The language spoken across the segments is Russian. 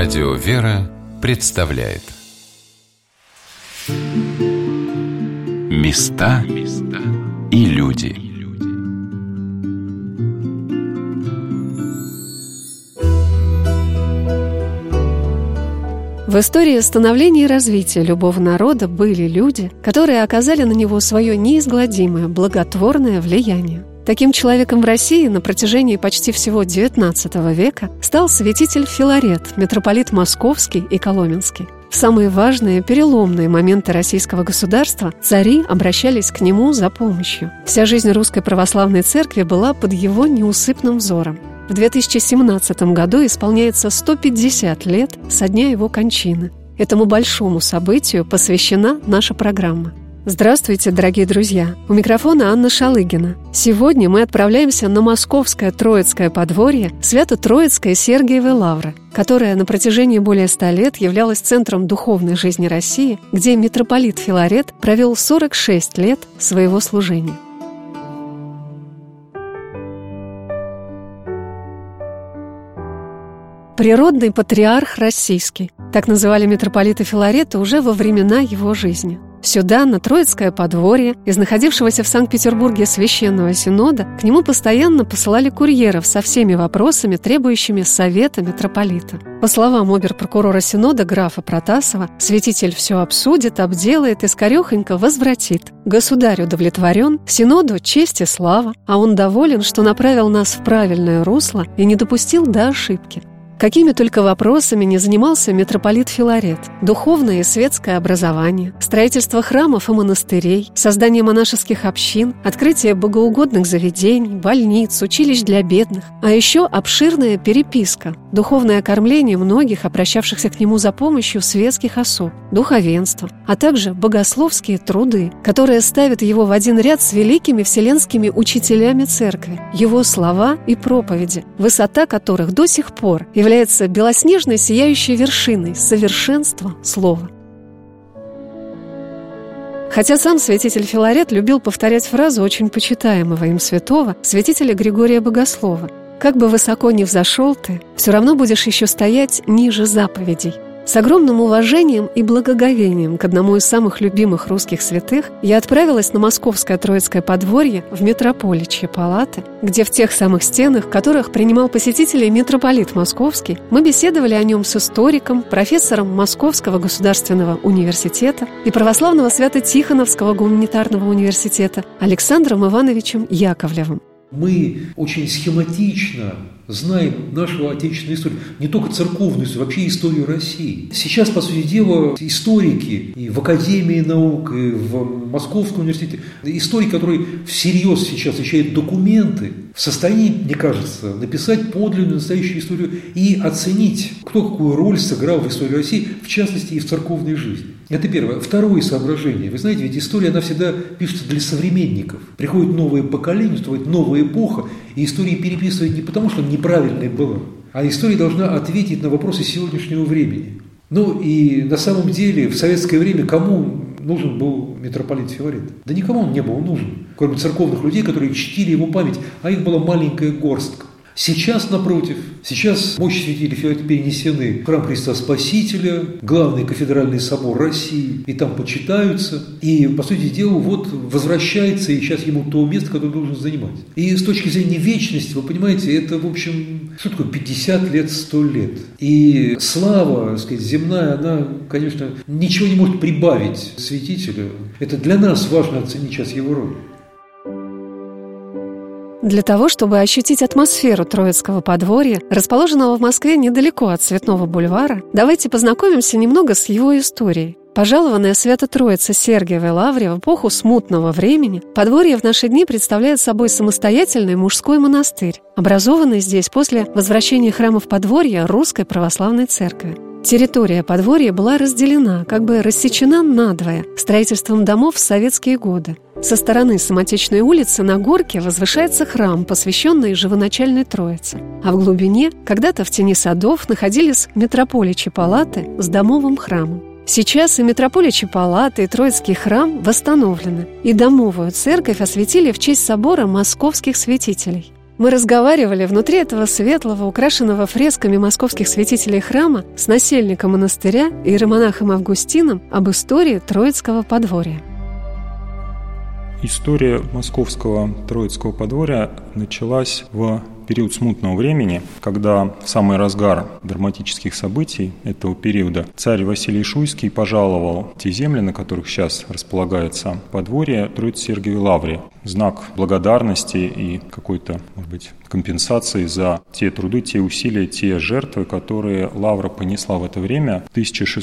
Радио «Вера» представляет Места и люди. В истории становления и развития любого народа были люди, которые оказали на него свое неизгладимое, благотворное влияние. Таким человеком в России на протяжении почти всего XIX века стал святитель Филарет, митрополит Московский и Коломенский. В самые важные, переломные моменты российского государства цари обращались к нему за помощью. Вся жизнь Русской Православной Церкви была под его неусыпным взором. В 2017 году исполняется 150 лет со дня его кончины. Этому большому событию посвящена наша программа. Здравствуйте, дорогие друзья! У микрофона Анна Шалыгина. Сегодня мы отправляемся на Московское Троицкое подворье Свято-Троицкой Сергиевой Лавры, которая на протяжении более 100 лет являлась центром духовной жизни России, где митрополит Филарет провел 46 лет своего служения. Природный патриарх российский. Так называли митрополита Филарета уже во времена его жизни. Сюда, на Троицкое подворье, из находившегося в Санкт-Петербурге Священного Синода, к нему постоянно посылали курьеров со всеми вопросами, требующими совета митрополита. По словам обер-прокурора Синода графа Протасова, святитель все обсудит, обделает и скорехонько возвратит. Государь удовлетворен, Синоду честь и слава, а он доволен, что направил нас в правильное русло и не допустил до ошибки. Какими только вопросами не занимался митрополит Филарет: духовное и светское образование, строительство храмов и монастырей, создание монашеских общин, открытие богоугодных заведений, больниц, училищ для бедных, а еще обширная переписка, духовное кормление многих, обращавшихся к нему за помощью светских особ, духовенство, а также богословские труды, которые ставят его в один ряд с великими вселенскими учителями церкви, его слова и проповеди, высота которых до сих пор является белоснежной сияющей вершиной совершенства слова. Хотя сам святитель Филарет любил повторять фразу очень почитаемого им святого, святителя Григория Богослова: «Как бы высоко ни взошел ты, все равно будешь еще стоять ниже заповедей». С огромным уважением и благоговением к одному из самых любимых русских святых я отправилась на Московское Троицкое подворье в Митрополичьи палаты, где в тех самых стенах, в которых принимал посетителей митрополит Московский, мы беседовали о нем с историком, профессором Московского государственного университета и Православного Свято-Тихоновского гуманитарного университета Александром Ивановичем Яковлевым. Мы очень схематично знаем нашу отечественную историю, не только церковную историю, вообще историю России. Сейчас, по сути дела, историки и в Академии наук, и в Московском университете, историки, которые всерьез сейчас изучают документы, в состоянии, мне кажется, написать подлинную настоящую историю и оценить, кто какую роль сыграл в истории России, в частности и в церковной жизни. Это первое. Второе соображение. Вы знаете, ведь история, она всегда пишется для современников. Приходит новое поколение, вступает новая эпоха, и история переписывает не потому, что неправильная была, а история должна ответить на вопросы сегодняшнего времени. Ну и на самом деле в советское время кому нужен был митрополит Филарет? Да никому он не был нужен, кроме церковных людей, которые чтили его память, а их была маленькая горстка. Сейчас, напротив, мощи святителя Филарета перенесены в храм Христа Спасителя, главный кафедральный собор России, и там почитаются. И, по сути дела, вот возвращается и сейчас ему то место, которое должен занимать. И с точки зрения вечности, вы понимаете, это, в общем, что такое 50 лет, 100 лет. И слава, так сказать, земная, она, конечно, ничего не может прибавить святителю. Это для нас важно оценить сейчас его роль. Для того, чтобы ощутить атмосферу Троицкого подворья, расположенного в Москве недалеко от Цветного бульвара, давайте познакомимся немного с его историей. Пожалованная Свято-Троица Сергиевой Лавре в эпоху смутного времени, подворье в наши дни представляет собой самостоятельный мужской монастырь, образованный здесь после возвращения храмов подворья Русской Православной Церкви. Территория подворья была разделена, как бы рассечена надвое, строительством домов в советские годы. Со стороны Самотечной улицы на горке возвышается храм, посвященный Живоначальной Троице. А в глубине, когда-то в тени садов, находились митрополичьи палаты с домовым храмом. Сейчас и митрополичьи палаты, и Троицкий храм восстановлены, и домовую церковь осветили в честь собора московских святителей. Мы разговаривали внутри этого светлого, украшенного фресками московских святителей храма с насельником монастыря иеромонахом Августином об истории Троицкого подворья. История московского Троицкого подворья началась в период смутного времени, когда в самый разгар драматических событий этого периода царь Василий Шуйский пожаловал те земли, на которых сейчас располагается подворье Троице-Сергиевой лавре, в знак благодарности и какой-то, может быть, компенсации за те труды, те усилия, те жертвы, которые лавра понесла в это время. В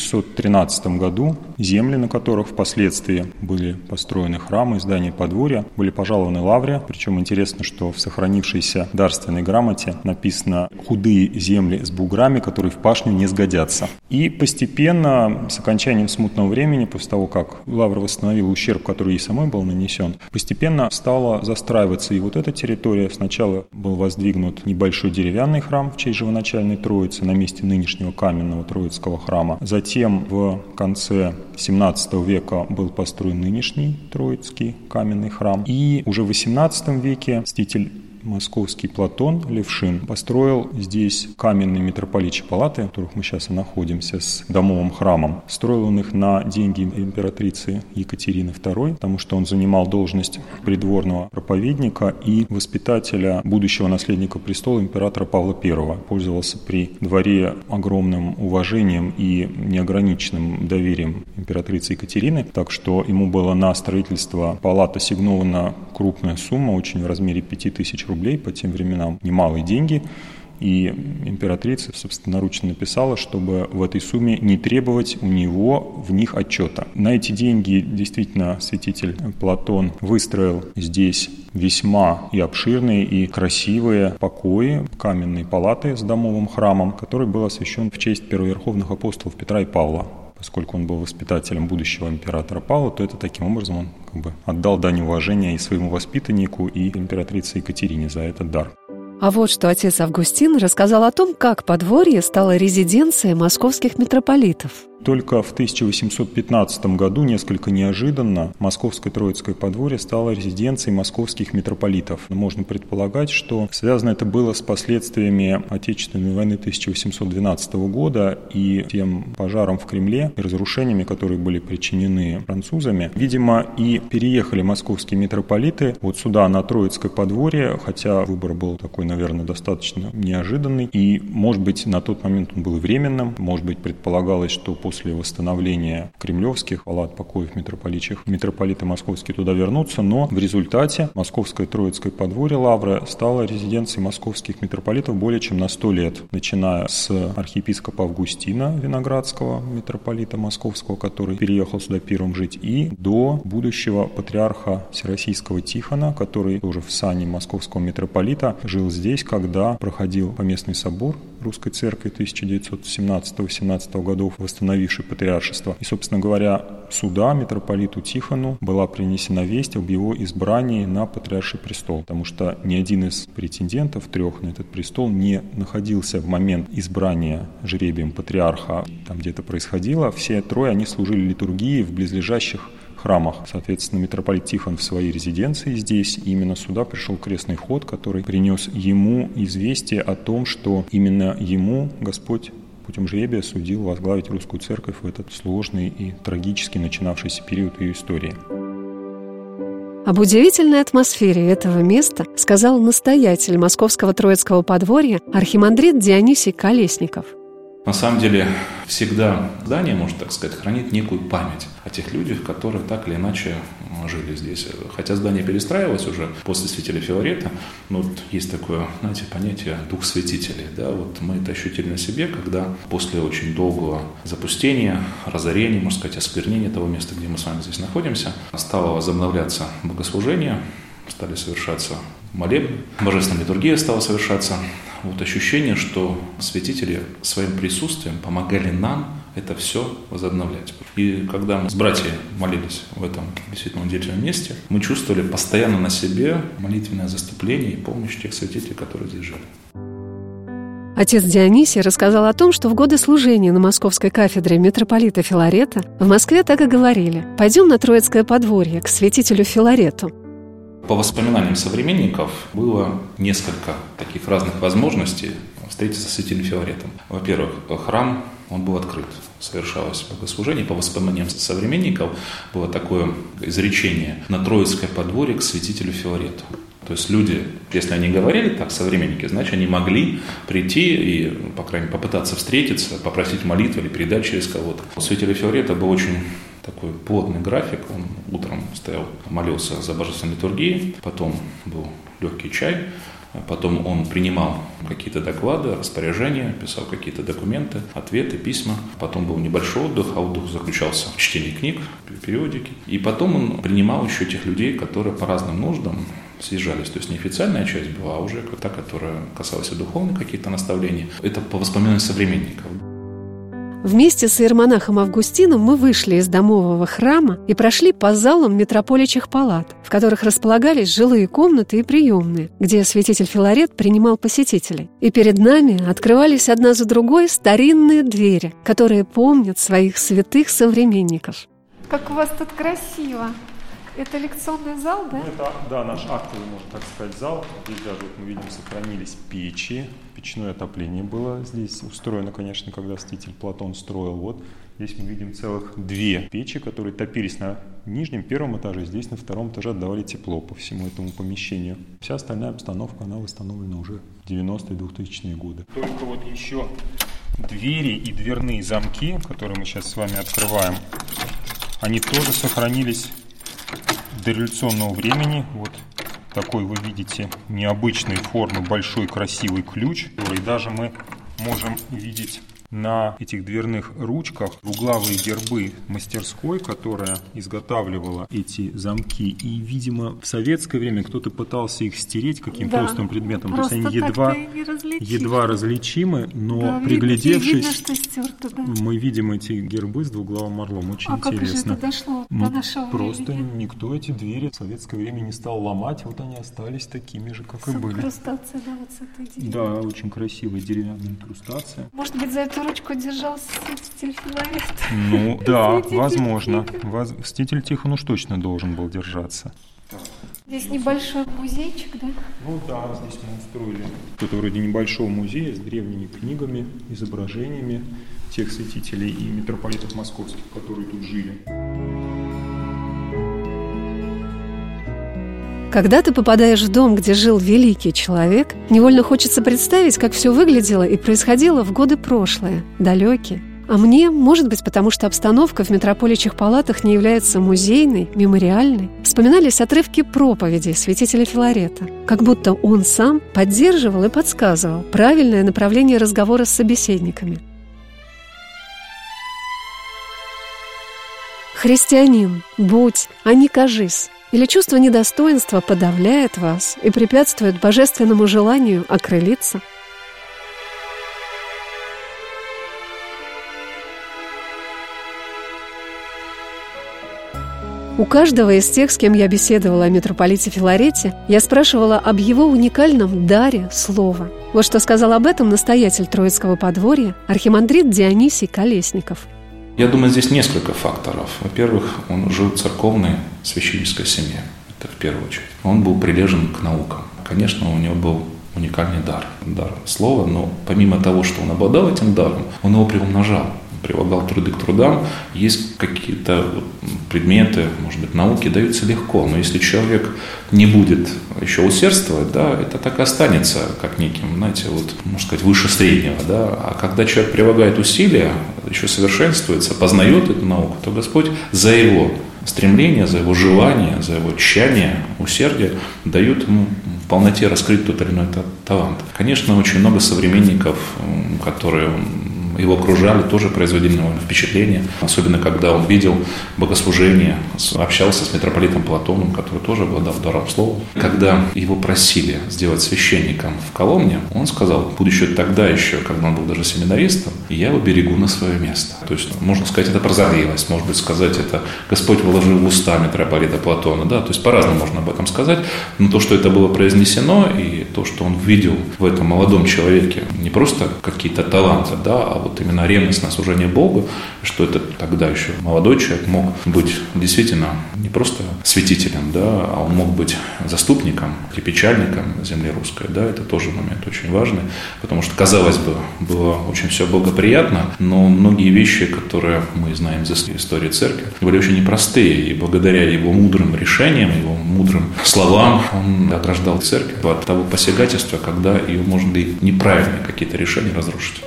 1613 году земли, на которых впоследствии были построены храмы и здания подворья, были пожалованы лавре. Причем интересно, что в сохранившейся дарственной грамоте написано «худые земли с буграми, которые в пашню не сгодятся». И постепенно, с окончанием смутного времени, после того, как лавра восстановила ущерб, который ей самой был нанесен, постепенно стала застраиваться и вот эта территория. Сначала был воздвигнут небольшой деревянный храм в честь живоначальной Троицы на месте нынешнего каменного Троицкого храма. Затем в конце XVII века был построен нынешний Троицкий каменный храм. И уже в XVIII веке святитель московский Платон Левшин построил здесь каменные митрополичьи палаты, в которых мы сейчас и находимся, с домовым храмом. Строил он их на деньги императрицы Екатерины II, потому что он занимал должность придворного проповедника и воспитателя будущего наследника престола императора Павла I. Пользовался при дворе огромным уважением и неограниченным доверием императрицы Екатерины, так что ему было на строительство палат ассигнована крупная сумма, очень в размере 5000 рублей по тем временам, немалые деньги. И императрица собственноручно написала, чтобы в этой сумме не требовать у него в них отчета. На эти деньги действительно святитель Платон выстроил здесь весьма и обширные, и красивые покои, каменные палаты с домовым храмом, который был освящен в честь первоверховных апостолов Петра и Павла. Поскольку он был воспитателем будущего императора Павла, то это таким образом он отдал дань уважения и своему воспитаннику, и императрице Екатерине за этот дар. А вот что отец Августин рассказал о том, как подворье стало резиденцией московских митрополитов. Только в 1815 году, несколько неожиданно, Московское Троицкое подворье стало резиденцией московских митрополитов. Можно предполагать, что связано это было с последствиями Отечественной войны 1812 года и тем пожаром в Кремле, и разрушениями, которые были причинены французами. Видимо, и переехали московские митрополиты вот сюда, на Троицкое подворье, хотя выбор был такой, наверное, достаточно неожиданный. И, может быть, на тот момент он был временным, может быть, предполагалось, что после восстановления кремлевских палат покоев митрополитчих митрополиты московские туда вернутся, но в результате Московское Троицкое подворье лавры стало резиденцией московских митрополитов более чем на 100 лет, начиная с архиепископа Августина Виноградского, митрополита московского, который переехал сюда первым жить, и до будущего патриарха Всероссийского Тихона, который тоже в сане московского митрополита жил здесь, когда проходил Поместный собор Русской Церкви 1917-18 годов, восстановивший патриаршество. И, собственно говоря, сюда митрополиту Тихону была принесена весть об его избрании на патриарший престол, потому что ни один из претендентов трех на этот престол не находился в момент избрания жребием патриарха. Там где-то происходило. Все трое, они служили литургии в близлежащих храмах. Соответственно, митрополит Тихон в своей резиденции здесь, и именно сюда пришел крестный ход, который принес ему известие о том, что именно ему Господь путем жребия судил возглавить русскую церковь в этот сложный и трагически начинавшийся период ее истории. Об удивительной атмосфере этого места сказал настоятель Московского Троицкого подворья архимандрит Дионисий Колесников. На самом деле, всегда здание, можно так сказать, хранит некую память о тех людях, которые так или иначе жили здесь. Хотя здание перестраивалось уже после святителя Филарета, но вот есть такое, знаете, понятие «дух святителей». Да? Вот мы это ощутили на себе, когда после очень долгого запустения, разорения, можно сказать, осквернения того места, где мы с вами здесь находимся, стало возобновляться богослужение, стали совершаться молебны, божественная литургия стала совершаться. Вот ощущение, что святители своим присутствием помогали нам это все возобновлять. И когда мы с братьями молились в этом действительно удивительном месте, мы чувствовали постоянно на себе молитвенное заступление и помощь тех святителей, которые здесь жили. Отец Дионисий рассказал о том, что в годы служения на Московской кафедре митрополита Филарета в Москве так и говорили: «Пойдем на Троицкое подворье к святителю Филарету». По воспоминаниям современников было несколько таких разных возможностей встретиться с святителем Филаретом. Во-первых, храм, он был открыт, совершалось богослужение. По воспоминаниям современников было такое изречение: на Троицкое подворье к святителю Филарету. То есть люди, если они говорили так, современники, значит, они могли прийти и, по крайней мере, попытаться встретиться, попросить молитву или передать через кого-то. У святителя Филарета был очень такой плотный график. Он утром стоял, молился за божественной литургией, потом был легкий чай, потом он принимал какие-то доклады, распоряжения, писал какие-то документы, ответы, письма. Потом был небольшой отдых, а отдых заключался в чтении книг, периодики. И потом он принимал еще тех людей, которые по разным нуждам съезжались. То есть не официальная часть была, а уже та, которая касалась и духовных каких-то наставлений. Это по воспоминаниям современников. Вместе с иеромонахом Августином мы вышли из домового храма и прошли по залам митрополичих палат, в которых располагались жилые комнаты и приемные, где святитель Филарет принимал посетителей. И перед нами открывались одна за другой старинные двери, которые помнят своих святых современников. Как у вас тут красиво! Это лекционный зал, да? Это, наш актовый, можно так сказать, зал. Здесь даже, мы видим, сохранились печи. Печное отопление было здесь устроено, конечно, когда святитель Платон строил. Вот здесь мы видим целых 2 печи, которые топились на нижнем, первом этаже. Здесь на втором этаже отдавали тепло по всему этому помещению. Вся остальная обстановка, она восстановлена уже в 90-е, 2000-е годы. Только вот еще двери и дверные замки, которые мы сейчас с вами открываем, они тоже сохранились до революционного времени. Вот такой вы видите необычной формы большой красивый ключ, который даже мы можем видеть на этих дверных ручках угловые гербы мастерской, которая изготавливала эти замки. И, видимо, в советское время кто-то пытался их стереть каким-то острым предметом. То есть они едва различимы, но приглядевшись, мы видим эти гербы с двуглавым орлом. Очень интересно. Как же это дошло до нашего просто времени? Никто эти двери в советское время не стал ломать. Вот они остались такими же, как и были. Инкрустация, да, вот с этой деревянной. Да, очень красивая деревянная инкрустация. Может быть, за эту ручку держался святитель Филарет? Ну, да, возможно. Святитель Тихон уж точно должен был держаться. Здесь небольшой музейчик, да? Ну да, здесь мы устроили что-то вроде небольшого музея с древними книгами, изображениями тех святителей и митрополитов московских, которые тут жили. Когда ты попадаешь в дом, где жил великий человек, невольно хочется представить, как все выглядело и происходило в годы прошлые, далекие. А мне, может быть, потому что обстановка в митрополичих палатах не является музейной, мемориальной, вспоминались отрывки проповедей святителя Филарета, как будто он сам поддерживал и подсказывал правильное направление разговора с собеседниками. «Христианин, будь, а не кажись». Или чувство недостоинства подавляет вас и препятствует божественному желанию окрылиться? У каждого из тех, с кем я беседовала о митрополите Филарете, я спрашивала об его уникальном даре слова. Вот что сказал об этом настоятель Троицкого подворья, архимандрит Дионисий Колесников. Я думаю, здесь несколько факторов. Во-первых, он жил в церковной священнической семье. Это в первую очередь. Он был прилежен к наукам. Конечно, у него был уникальный дар слова, но помимо того, что он обладал этим даром, он его приумножал. Прилагал труды к трудам. Есть какие-то предметы, может быть, науки даются легко, но если человек не будет еще усердствовать, да, это так и останется как неким, знаете, вот, можно сказать, выше среднего. Да. А когда человек прилагает усилия, еще совершенствуется, познает эту науку, то Господь за его стремление, за его желание, за его тщание, усердие дает ему в полноте раскрыть тот или иной талант. Конечно, очень много современников, которые его окружали, тоже производили на него впечатление. Особенно, когда он видел богослужение, общался с митрополитом Платоном, который тоже обладал даром слова. Когда его просили сделать священником в Коломне, он сказал, будучи тогда еще, когда он был даже семинаристом, я его берегу на свое место. То есть, можно сказать, это прозорливость, может быть, сказать, это Господь вложил в уста митрополита Платона. Да? То есть, по-разному можно об этом сказать. Но то, что это было произнесено, и то, что он видел в этом молодом человеке, не просто какие-то таланты, да, а вот именно ревность на служение Богу, что это тогда еще молодой человек мог быть действительно не просто святителем, да, а он мог быть заступником, припечальником земли русской. Да, это тоже момент очень важный, потому что, казалось бы, было очень все благоприятно, но многие вещи, которые мы знаем из истории церкви, были очень непростые, и благодаря его мудрым решениям, его мудрым словам он ограждал церковь от того посягательства, когда ее можно и неправильные какие-то решения разрушить.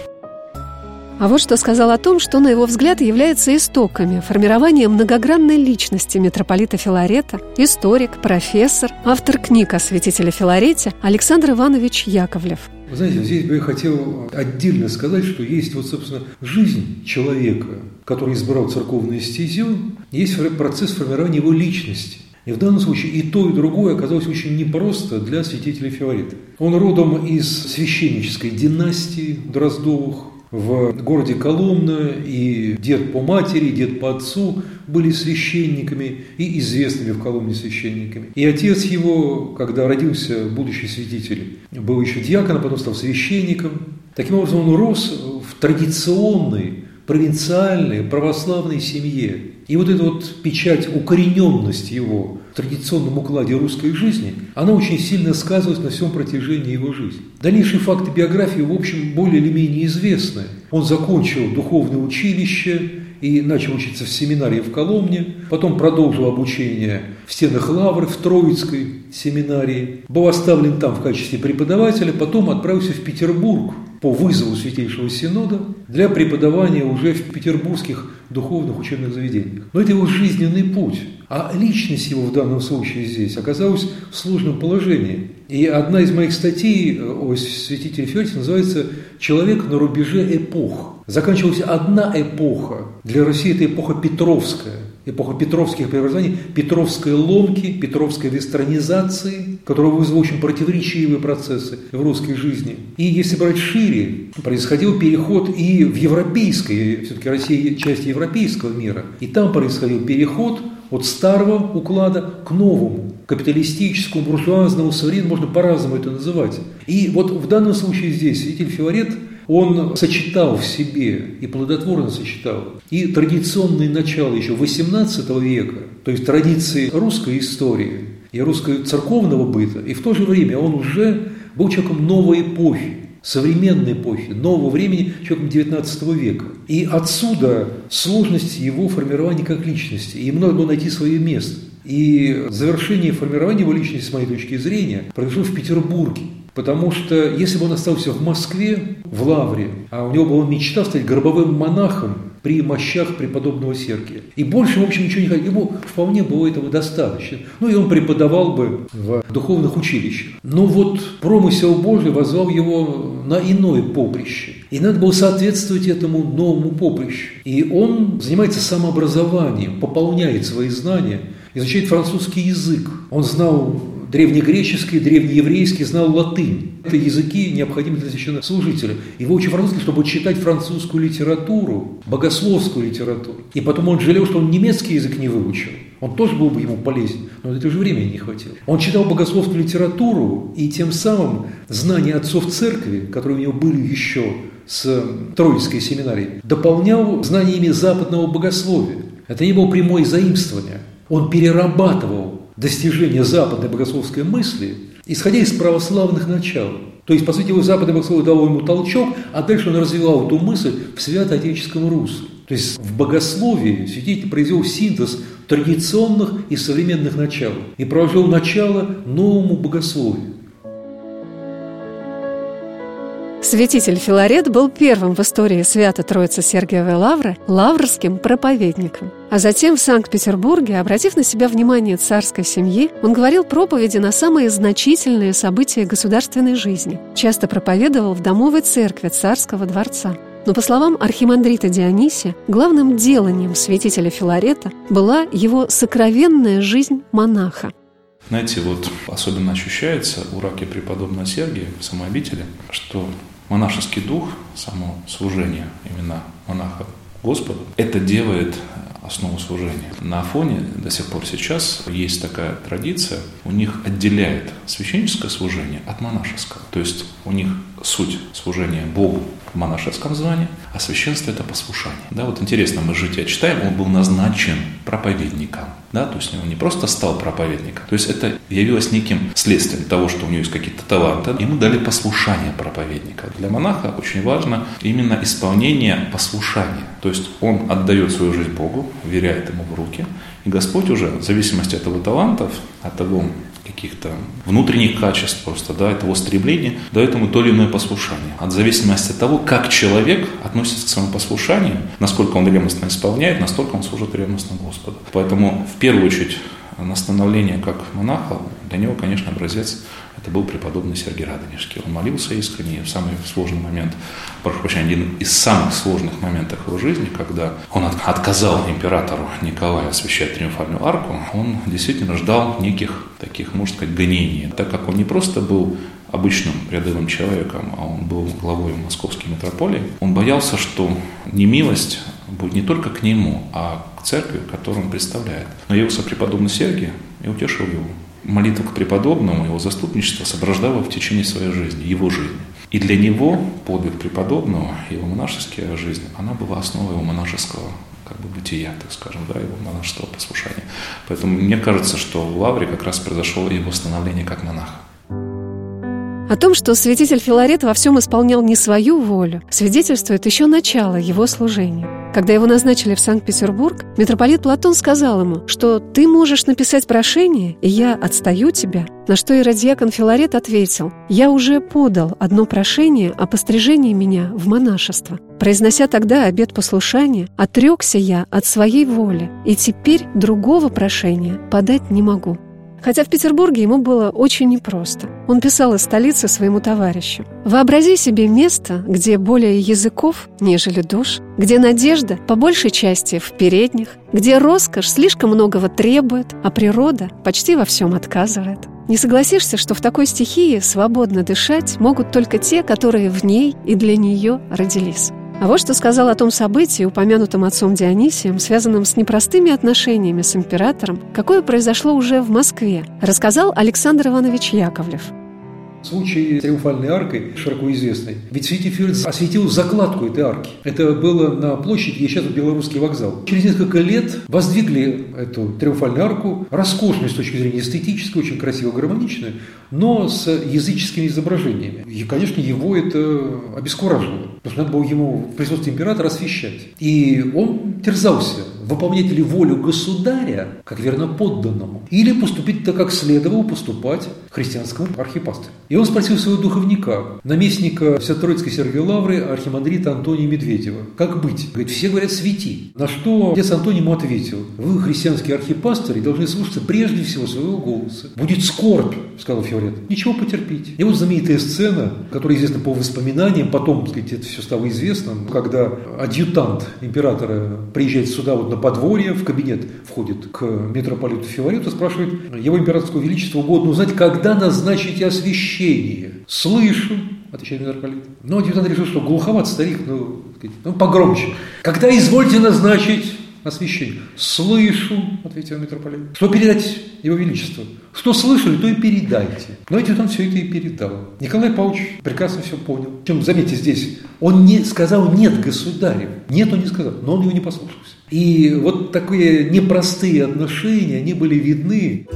А вот что сказал о том, что, на его взгляд, является истоками формирования многогранной личности митрополита Филарета, историк, профессор, автор книг о святителе Филарете Александр Иванович Яковлев. Вы знаете, здесь бы я хотел отдельно сказать, что есть вот, собственно, жизнь человека, который избрал церковную стезю, есть процесс формирования его личности. И в данном случае и то, и другое оказалось очень непросто для святителя Филарета. Он родом из священнической династии Дроздовых в городе Коломна, и дед по матери, и дед по отцу были священниками и известными в Коломне священниками. И отец его, когда родился будущий святитель, был еще диаконом, потом стал священником. Таким образом, он рос в традиционной, провинциальной, православной семье. И вот эта вот печать укорененности его в традиционном укладе русской жизни, она очень сильно сказывалась на всем протяжении его жизни. Дальнейшие факты биографии, в общем, более или менее известны. Он закончил духовное училище и начал учиться в семинарии в Коломне, потом продолжил обучение в стенах Лавры, в Троицкой семинарии, был оставлен там в качестве преподавателя, потом отправился в Петербург по вызову Святейшего Синода для преподавания уже в петербургских духовных учебных заведениях. Но это его жизненный путь. А личность его в данном случае здесь оказалась в сложном положении. И одна из моих статей о святителе Филарете называется «Человек на рубеже эпох». Заканчивалась одна эпоха. Для России это эпоха Петровская. Эпоха петровских преобразований, петровской ломки, петровской вестернизации, которая вызвала очень противоречивые процессы в русской жизни. И если брать шире, происходил переход и в европейское, все-таки Россия часть европейского мира, и там происходил переход от старого уклада к новому, капиталистическому, буржуазному, современному, можно по-разному это называть. И вот в данном случае здесь святитель Филарет, он сочетал в себе и плодотворно сочетал и традиционные начала еще XVIII века, то есть традиции русской истории и русского церковного быта, и в то же время он уже был человеком новой эпохи, современной эпохи, нового времени, человеком XIX века. И отсюда сложность его формирования как личности, и ему надо было найти свое место. И завершение формирования его личности, с моей точки зрения, произошло в Петербурге. Потому что если бы он остался в Москве, в Лавре, а у него была мечта стать гробовым монахом при мощах преподобного Сергия. И больше, в общем, ничего не хотел. Ему вполне было этого достаточно. Ну, и он преподавал бы в духовных училищах. Но вот промысел Божий возвал его на иное поприще. И надо было соответствовать этому новому поприщу. И он занимается самообразованием, пополняет свои знания, изучает французский язык. Он знал древнегреческий, древнееврейский, знал латынь. Это языки необходимы для священнослужителя. Его учил французский, чтобы читать французскую литературу, богословскую литературу. И потом он жалел, что он немецкий язык не выучил. Он тоже был бы ему полезен, но на это же времени не хватило. Он читал богословскую литературу, и тем самым знания отцов церкви, которые у него были еще с Троицкой семинарии, дополнял знаниями западного богословия. Это не было прямое заимствование. Он перерабатывал достижения западной богословской мысли, исходя из православных начал. То есть, по сути, его западное богословие дало ему толчок, а дальше он развивал эту мысль в свято-отеческом русле. То есть, в богословии святитель произвел синтез традиционных и современных начал и положил начало новому богословию. Святитель Филарет был первым в истории Свято-Троице-Сергиевой Лавры лаврским проповедником. А затем в Санкт-Петербурге, обратив на себя внимание царской семьи, он говорил проповеди на самые значительные события государственной жизни. Часто проповедовал в домовой церкви царского дворца. Но, по словам архимандрита Дионисия, главным деланием святителя Филарета была его сокровенная жизнь монаха. Знаете, вот особенно ощущается у раки преподобного Сергия в самой обители, что монашеский дух, само служение именно монаха Господу, это делает основу служения. На Афоне до сих пор сейчас есть такая традиция, у них отделяет священническое служение от монашеского. То есть у них суть служения Богу в монашеском звании, а священство – это послушание. Да, вот интересно, мы жития читаем, он был назначен проповедником. Да, то есть он не просто стал проповедником, то есть это явилось неким следствием того, что у него есть какие-то таланты. Ему дали послушание проповедника. Для монаха очень важно именно исполнение послушания. То есть он отдает свою жизнь Богу, вверяет ему в руки, и Господь уже в зависимости от его талантов, от его каких-то внутренних качеств просто, да, этого стремления, дает ему то или иное послушание. От зависимости от того, как человек относится к своему послушанию, насколько он ревностно исполняет, настолько он служит ревностно Господу. Поэтому в первую очередь на становление как монаха, для него, конечно, образец это был преподобный Сергий Радонежский. Он молился искренне, и в самый сложный момент, прошу прощения, один из самых сложных моментов его жизни, когда он отказал императору Николаю освящать Триумфальную арку, он действительно ждал неких таких, можно сказать, гонений. Так как он не просто был обычным рядовым человеком, а он был главой московской митрополии, он боялся, что немилость будет не только к нему, а к церкви, которую он представляет. Но явился преподобный Сергий и утешил его. Молитва к преподобному, его заступничество сопровождало в течение своей жизни, его жизни. И для него подвиг преподобного, его монашеская жизнь, она была основой его монашеского бытия, так скажем, да, его монашеского послушания. Поэтому мне кажется, что в Лавре как раз произошло его становление как монаха. О том, что святитель Филарет во всем исполнял не свою волю, свидетельствует еще начало его служения. Когда его назначили в Санкт-Петербург, митрополит Платон сказал ему, что «ты можешь написать прошение, и я отстаю тебя». На что иродиакон Филарет ответил: «Я уже подал одно прошение о пострижении меня в монашество. Произнося тогда обет послушания, отрекся я от своей воли, и теперь другого прошения подать не могу». Хотя в Петербурге ему было очень непросто. Он писал из столицы своему товарищу: «Вообрази себе место, где более языков, нежели душ, где надежда, по большей части, в передних, где роскошь слишком многого требует, а природа почти во всем отказывает. Не согласишься, что в такой стихии свободно дышать могут только те, которые в ней и для нее родились». А вот что сказал о том событии, упомянутом отцом Дионисием, связанном с непростыми отношениями с императором, какое произошло уже в Москве, рассказал Александр Иванович Яковлев. Случай с Триумфальной аркой широко известный. Ведь святитель Филарет осветил закладку этой арки. Это было на площади, где сейчас Белорусский вокзал. Через несколько лет воздвигли эту Триумфальную арку, роскошную с точки зрения эстетической, очень красиво, гармоничную, но с языческими изображениями. И, конечно, его это обескуражило, потому что надо было ему в присутствии императора освящать. И он терзался, выполнять ли волю государя, как верноподданному, или поступить так, как следовало поступать христианскому архипастырю. И он спросил своего духовника, наместника Свято-Троицкой Сергиевой Лавры, архимандрита Антония Медведева: как быть? Говорит, все говорят, свети. На что отец Антоний ему ответил: вы, христианские архипастыри, должны слушаться прежде всего своего голоса. Будет скорбь, сказал Филарет, ничего, потерпите. И вот знаменитая сцена, которая известна по воспоминаниям, потом, так сказать, это все стало известным, когда адъютант императора приезжает сюда вот на подворье, в кабинет входит к митрополиту Филарету, спрашивает: его императорского величества угодно узнать, когда назначите освящение? Слышу, отвечает митрополит. Но адъютант решил, что глуховат старик, погромче. Когда извольте назначить освящение? Слышу, ответил митрополит. Что передать его величеству? Что слышали, то и передайте. Но адъютант все это и передал. Николай Павлович прекрасно все понял. Причем, заметьте, здесь он не сказал «нет» государю. Нет, он не сказал, но он его не послушался. И вот такие непростые отношения, они были видны.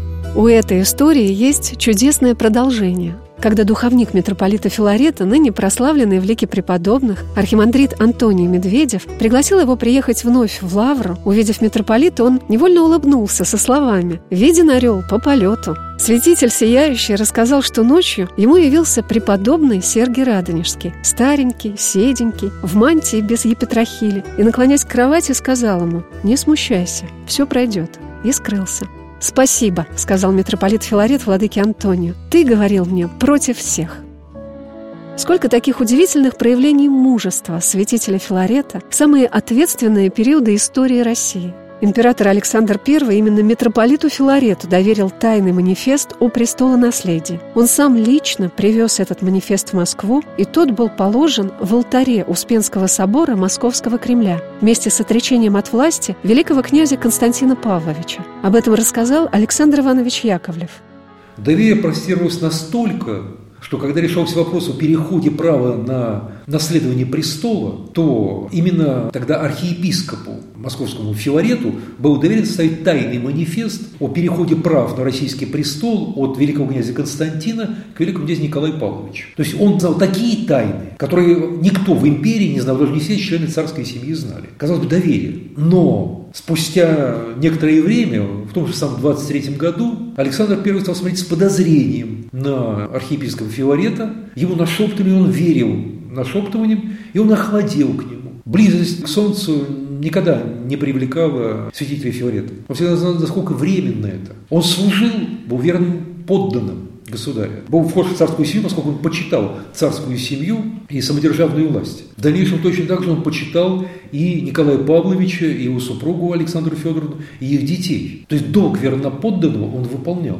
У этой истории есть чудесное продолжение. Когда духовник митрополита Филарета, ныне прославленный в лике преподобных, архимандрит Антоний Медведев, пригласил его приехать вновь в Лавру, увидев митрополита, он невольно улыбнулся со словами: «Виден орел по полету». Святитель сияющий рассказал, что ночью ему явился преподобный Сергий Радонежский, старенький, седенький, в мантии без епитрахили, и, наклонясь к кровати, сказал ему: «Не смущайся, все пройдет», и скрылся. «Спасибо», — сказал митрополит Филарет владыке Антонию. «Ты говорил мне против всех». Сколько таких удивительных проявлений мужества святителя Филарета в самые ответственные периоды истории России. Император Александр I именно митрополиту Филарету доверил тайный манифест о престолонаследии. Он сам лично привез этот манифест в Москву, и тот был положен в алтаре Успенского собора Московского Кремля вместе с отречением от власти великого князя Константина Павловича. Об этом рассказал Александр Иванович Яковлев. Доверие простировалось настолько, что когда решался вопрос о переходе права на наследование престола, то именно тогда архиепископу московскому Филарету было доверено составить тайный манифест о переходе прав на российский престол от великого князя Константина к великому князю Николаю Павловичу. То есть он знал такие тайны, которые никто в империи не знал, даже не все члены царской семьи знали. Казалось бы, доверие. Но спустя некоторое время, в том же самом 23 году, Александр I стал смотреть с подозрением на архиепископа Филарета. Ему нашептывали, он верил нашептываниям, и он охладел к нему. Близость к солнцу никогда не привлекала святителя Филарета. Он всегда знал, насколько временно это. Он служил, был верным подданным государя. Был вхож в царскую семью, поскольку он почитал царскую семью и самодержавную власть. В дальнейшем точно так же он почитал и Николая Павловича, и его супругу Александру Федоровну, и их детей. То есть долг верноподданного он выполнял.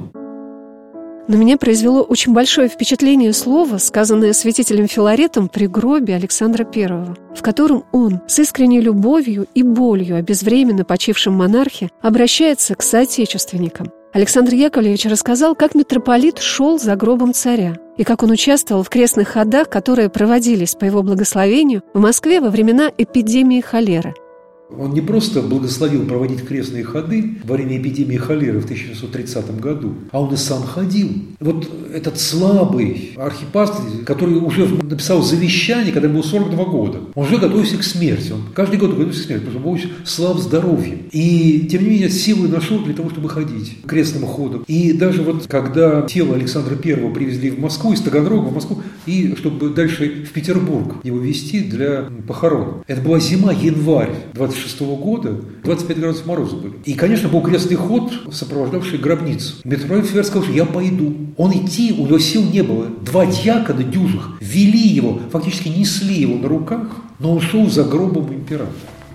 На меня произвело очень большое впечатление слово, сказанное святителем Филаретом при гробе Александра I, в котором он с искренней любовью и болью о безвременно почившем монархе обращается к соотечественникам. Александр Яковлевич рассказал, как митрополит шел за гробом царя и как он участвовал в крестных ходах, которые проводились по его благословению в Москве во времена эпидемии холеры. Он не просто благословил проводить крестные ходы во время эпидемии холеры в 1930 году, а он и сам ходил. Вот этот слабый архипастырь, который уже написал завещание, когда ему было 42 года, он уже готовился к смерти. Он каждый год готовился к смерти, потому что он был слаб здоровьем. И, тем не менее, силы нашел для того, чтобы ходить крестным ходом. И даже вот когда тело Александра I привезли в Москву, из Таганрога в Москву, и чтобы дальше в Петербург его везти для похорон. Это была зима, январь 26 года, 25 градусов мороза были. И, конечно, был крестный ход, сопровождавший гробницу. Митрополит Филарет сказал, что я пойду. Он идти, у него сил не было. 2 дьякона дюжих вели его, фактически несли его на руках, но он шел за гробом императора.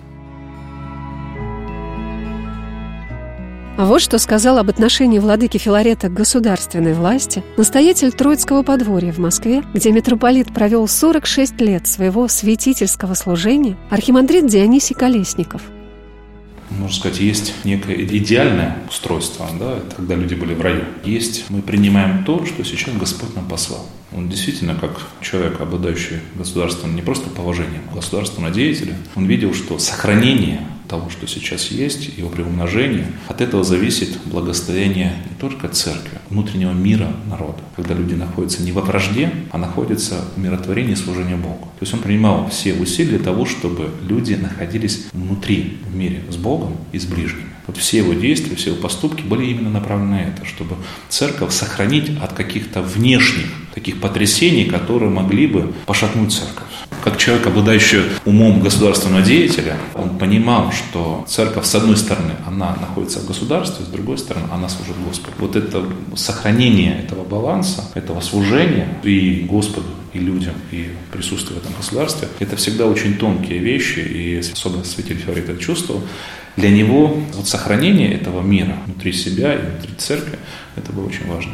А вот что сказал об отношении владыки Филарета к государственной власти настоятель Троицкого подворья в Москве, где митрополит провел 46 лет своего святительского служения, архимандрит Дионисий Колесников. Можно сказать, есть некое идеальное устройство, да, когда люди были в раю. Есть, мы принимаем то, что сейчас Господь нам послал. Он действительно, как человек, обладающий государственным не просто положением, а государственного деятеля, он видел, что сохранение того, что сейчас есть, его приумножение, от этого зависит благосостояние не только церкви, внутреннего мира народа, когда люди находятся не во вражде, а находятся в миротворении и служении Богу. То есть он принимал все усилия для того, чтобы люди находились внутри, в мире с Богом и с ближними. Вот все его действия, все его поступки были именно направлены на это, чтобы церковь сохранить от каких-то внешних таких потрясений, которые могли бы пошатнуть церковь. Как человек, обладающий умом государственного деятеля, он понимал, что церковь, с одной стороны, она находится в государстве, с другой стороны, она служит Господу. Вот это сохранение этого баланса, этого служения и Господу, и людям, и присутствие в этом государстве, это всегда очень тонкие вещи, и особенно святитель Филарет это чувствовал. Для него вот сохранение этого мира внутри себя и внутри церкви, это было очень важно.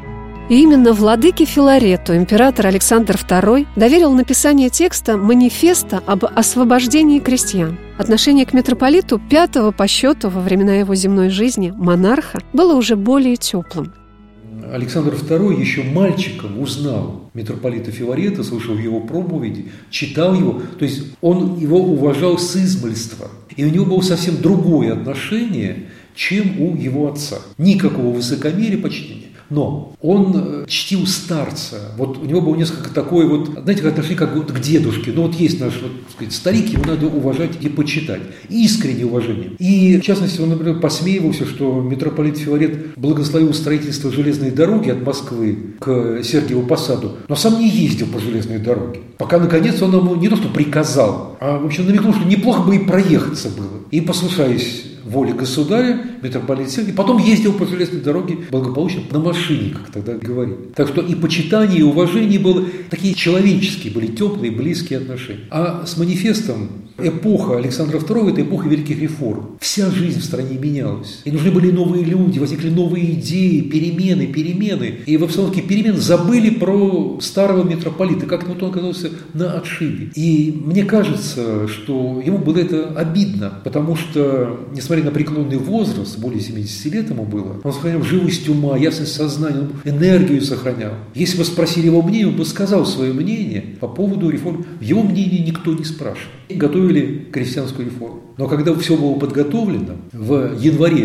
И именно владыке Филарету император Александр II доверил написание текста манифеста об освобождении крестьян. Отношение к митрополиту 5-го по счету во времена его земной жизни монарха было уже более теплым. Александр II еще мальчиком узнал митрополита Филарета, слышал его проповеди, читал его, то есть он его уважал с измальства. И у него было совсем другое отношение, чем у его отца. Никакого высокомерия, почтения. Но он чтил старца. Вот у него было несколько такое вот, знаете, отношение как вот к дедушке. Ну вот есть наш, вот, так сказать, старик, его надо уважать и почитать. Искреннее уважение. И, в частности, он, например, посмеивался, что митрополит Филарет благословил строительство железной дороги от Москвы к Сергиеву Посаду, но сам не ездил по железной дороге. Пока, наконец, он ему не то что приказал, а, в общем, намекнул, что неплохо бы и проехаться было. И, послушаясь воле государя, митрополит Сергий, потом ездил по железной дороге благополучно на машине, как тогда говорили. Так что и почитание, и уважение было такие человеческие, были теплые, близкие отношения. А с манифестом эпоха Александра II – это эпоха великих реформ. Вся жизнь в стране менялась. И нужны были новые люди, возникли новые идеи, перемены. И в обстановке перемен забыли про старого митрополита, как-то вот он оказался на отшибе. И мне кажется, что ему было это обидно, потому что, несмотря на преклонный возраст, возраст, более 70 лет ему было. Он сохранял живость ума, ясность сознания, энергию сохранял. Если бы спросили его мнение, он бы сказал свое мнение по поводу реформ. Его мнение никто не спрашивал. Готовили крестьянскую реформу. Но когда все было подготовлено, в январе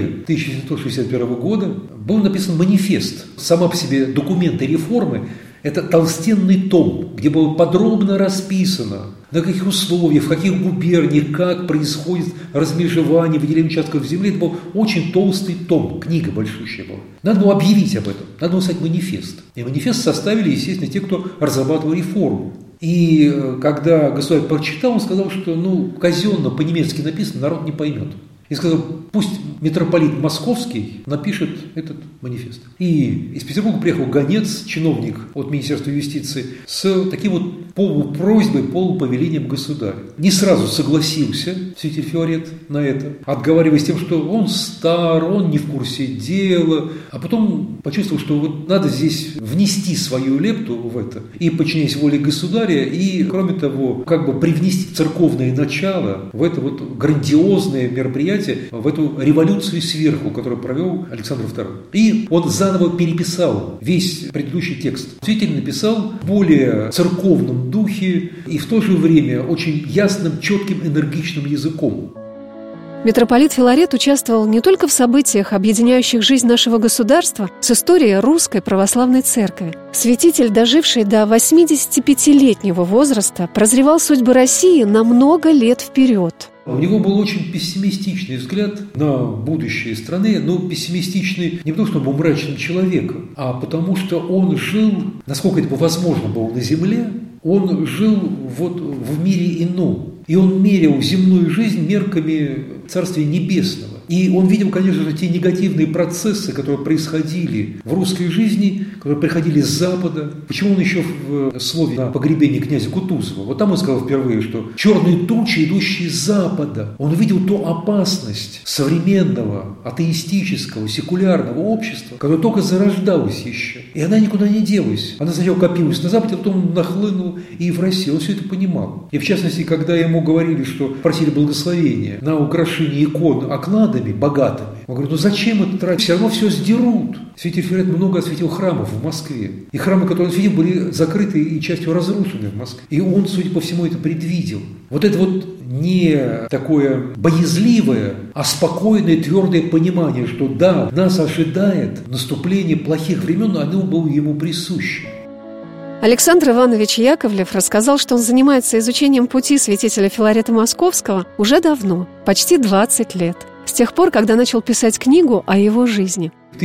1961 года был написан манифест. Сама по себе документы реформы – это толстенный том, где было подробно расписано, на каких условиях, в каких губерниях, как происходит размежевание, выделение участков земли. Это был очень толстый том, книга большущая была. Надо было объявить об этом, надо было писать манифест. И манифест составили, естественно, те, кто разрабатывал реформу. И когда государь прочитал, он сказал, что казенно по-немецки написано, народ не поймет. И сказал, пусть митрополит Московский напишет этот манифест. И из Петербурга приехал гонец, чиновник от Министерства юстиции, с таким вот полупросьбой, полуповелением государя. Не сразу согласился святитель Филарет на это, отговариваясь тем, что он стар, он не в курсе дела, а потом почувствовал, что вот надо здесь внести свою лепту в это, и подчиняясь воле государя, и, кроме того, как бы привнести церковное начало в это вот грандиозное мероприятие, в эту революцию сверху, которую провел Александр II. И он заново переписал весь предыдущий текст. Святитель написал в более церковном духе и в то же время очень ясным, четким, энергичным языком. Митрополит Филарет участвовал не только в событиях, объединяющих жизнь нашего государства, с историей Русской Православной Церкви. Святитель, доживший до 85-летнего возраста, прозревал судьбы России на много лет вперед. У него был очень пессимистичный взгляд на будущее страны, но пессимистичный не потому, что он был мрачным человеком, а потому, что он жил, насколько это возможно было на земле, он жил вот в мире ином. И он мерил земную жизнь мерками Царствия Небесного. И он видел, конечно же, те негативные процессы, которые происходили в русской жизни, которые приходили с Запада. Почему он еще в слове на погребении князя Кутузова, вот там он сказал впервые, что черные тучи, идущие с Запада. Он увидел ту опасность современного, атеистического, секулярного общества, которое только зарождалось еще. И она никуда не делась. Она сначала копилась на Западе, а потом нахлынула и в Россию. Он все это понимал. И в частности, когда ему говорили, что просили благословения на украшение икон окладами богатыми, он говорит, зачем это тратить? Все равно все сдерут. Святитель Филарет много осветил храмов в Москве. И храмы, которые он осветил, были закрыты и частью разрушены в Москве. И он, судя по всему, это предвидел. Вот это вот не такое боязливое, а спокойное, твердое понимание, что да, нас ожидает наступление плохих времен, но оно было ему присуще. Александр Иванович Яковлев рассказал, что он занимается изучением пути святителя Филарета Московского уже давно, почти 20 лет, с тех пор, когда начал писать книгу о его жизни. В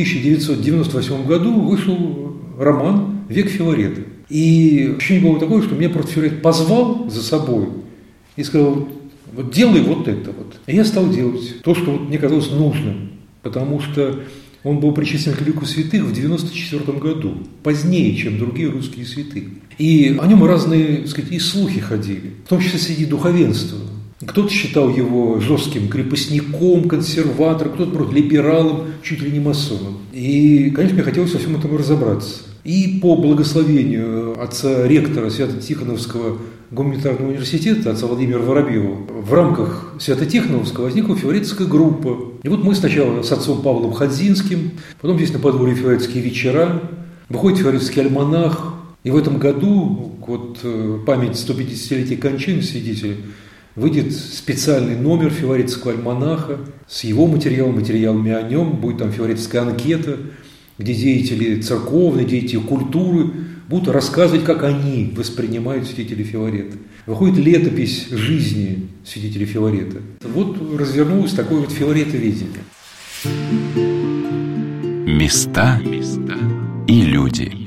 1998 году вышел роман «Век Филарета». И ощущение было такое, что меня просто Филарет позвал за собой и сказал, вот делай вот это вот. И я стал делать то, что мне казалось нужным, потому что он был причислен к лику святых в 1994 году, позднее, чем другие русские святые. И о нем разные, так сказать, и слухи ходили, в том числе среди духовенства. Кто-то считал его жестким крепостником, консерватором, кто-то, наоборот, либералом, чуть ли не масоном. И, конечно, мне хотелось во всем этом разобраться. И по благословению отца-ректора Свято-Тихоновского гуманитарного университета, отца Владимира Воробьева, в рамках Свято-Тихоновского возникла филаретская группа. И вот мы сначала с отцом Павлом Ходзинским, потом здесь на подворье филаретские вечера, выходит филаретский альманах. И в этом году, вот память 150-летия кончины святителя, выйдет специальный номер филаретского альманаха с его материалами о нем, будет там филаретская анкета, где деятели церковной, деятели культуры будут рассказывать, как они воспринимают святителя Филарета. Выходит летопись жизни святителя Филарета. Вот развернулось такое вот филаретоведение. Места и люди.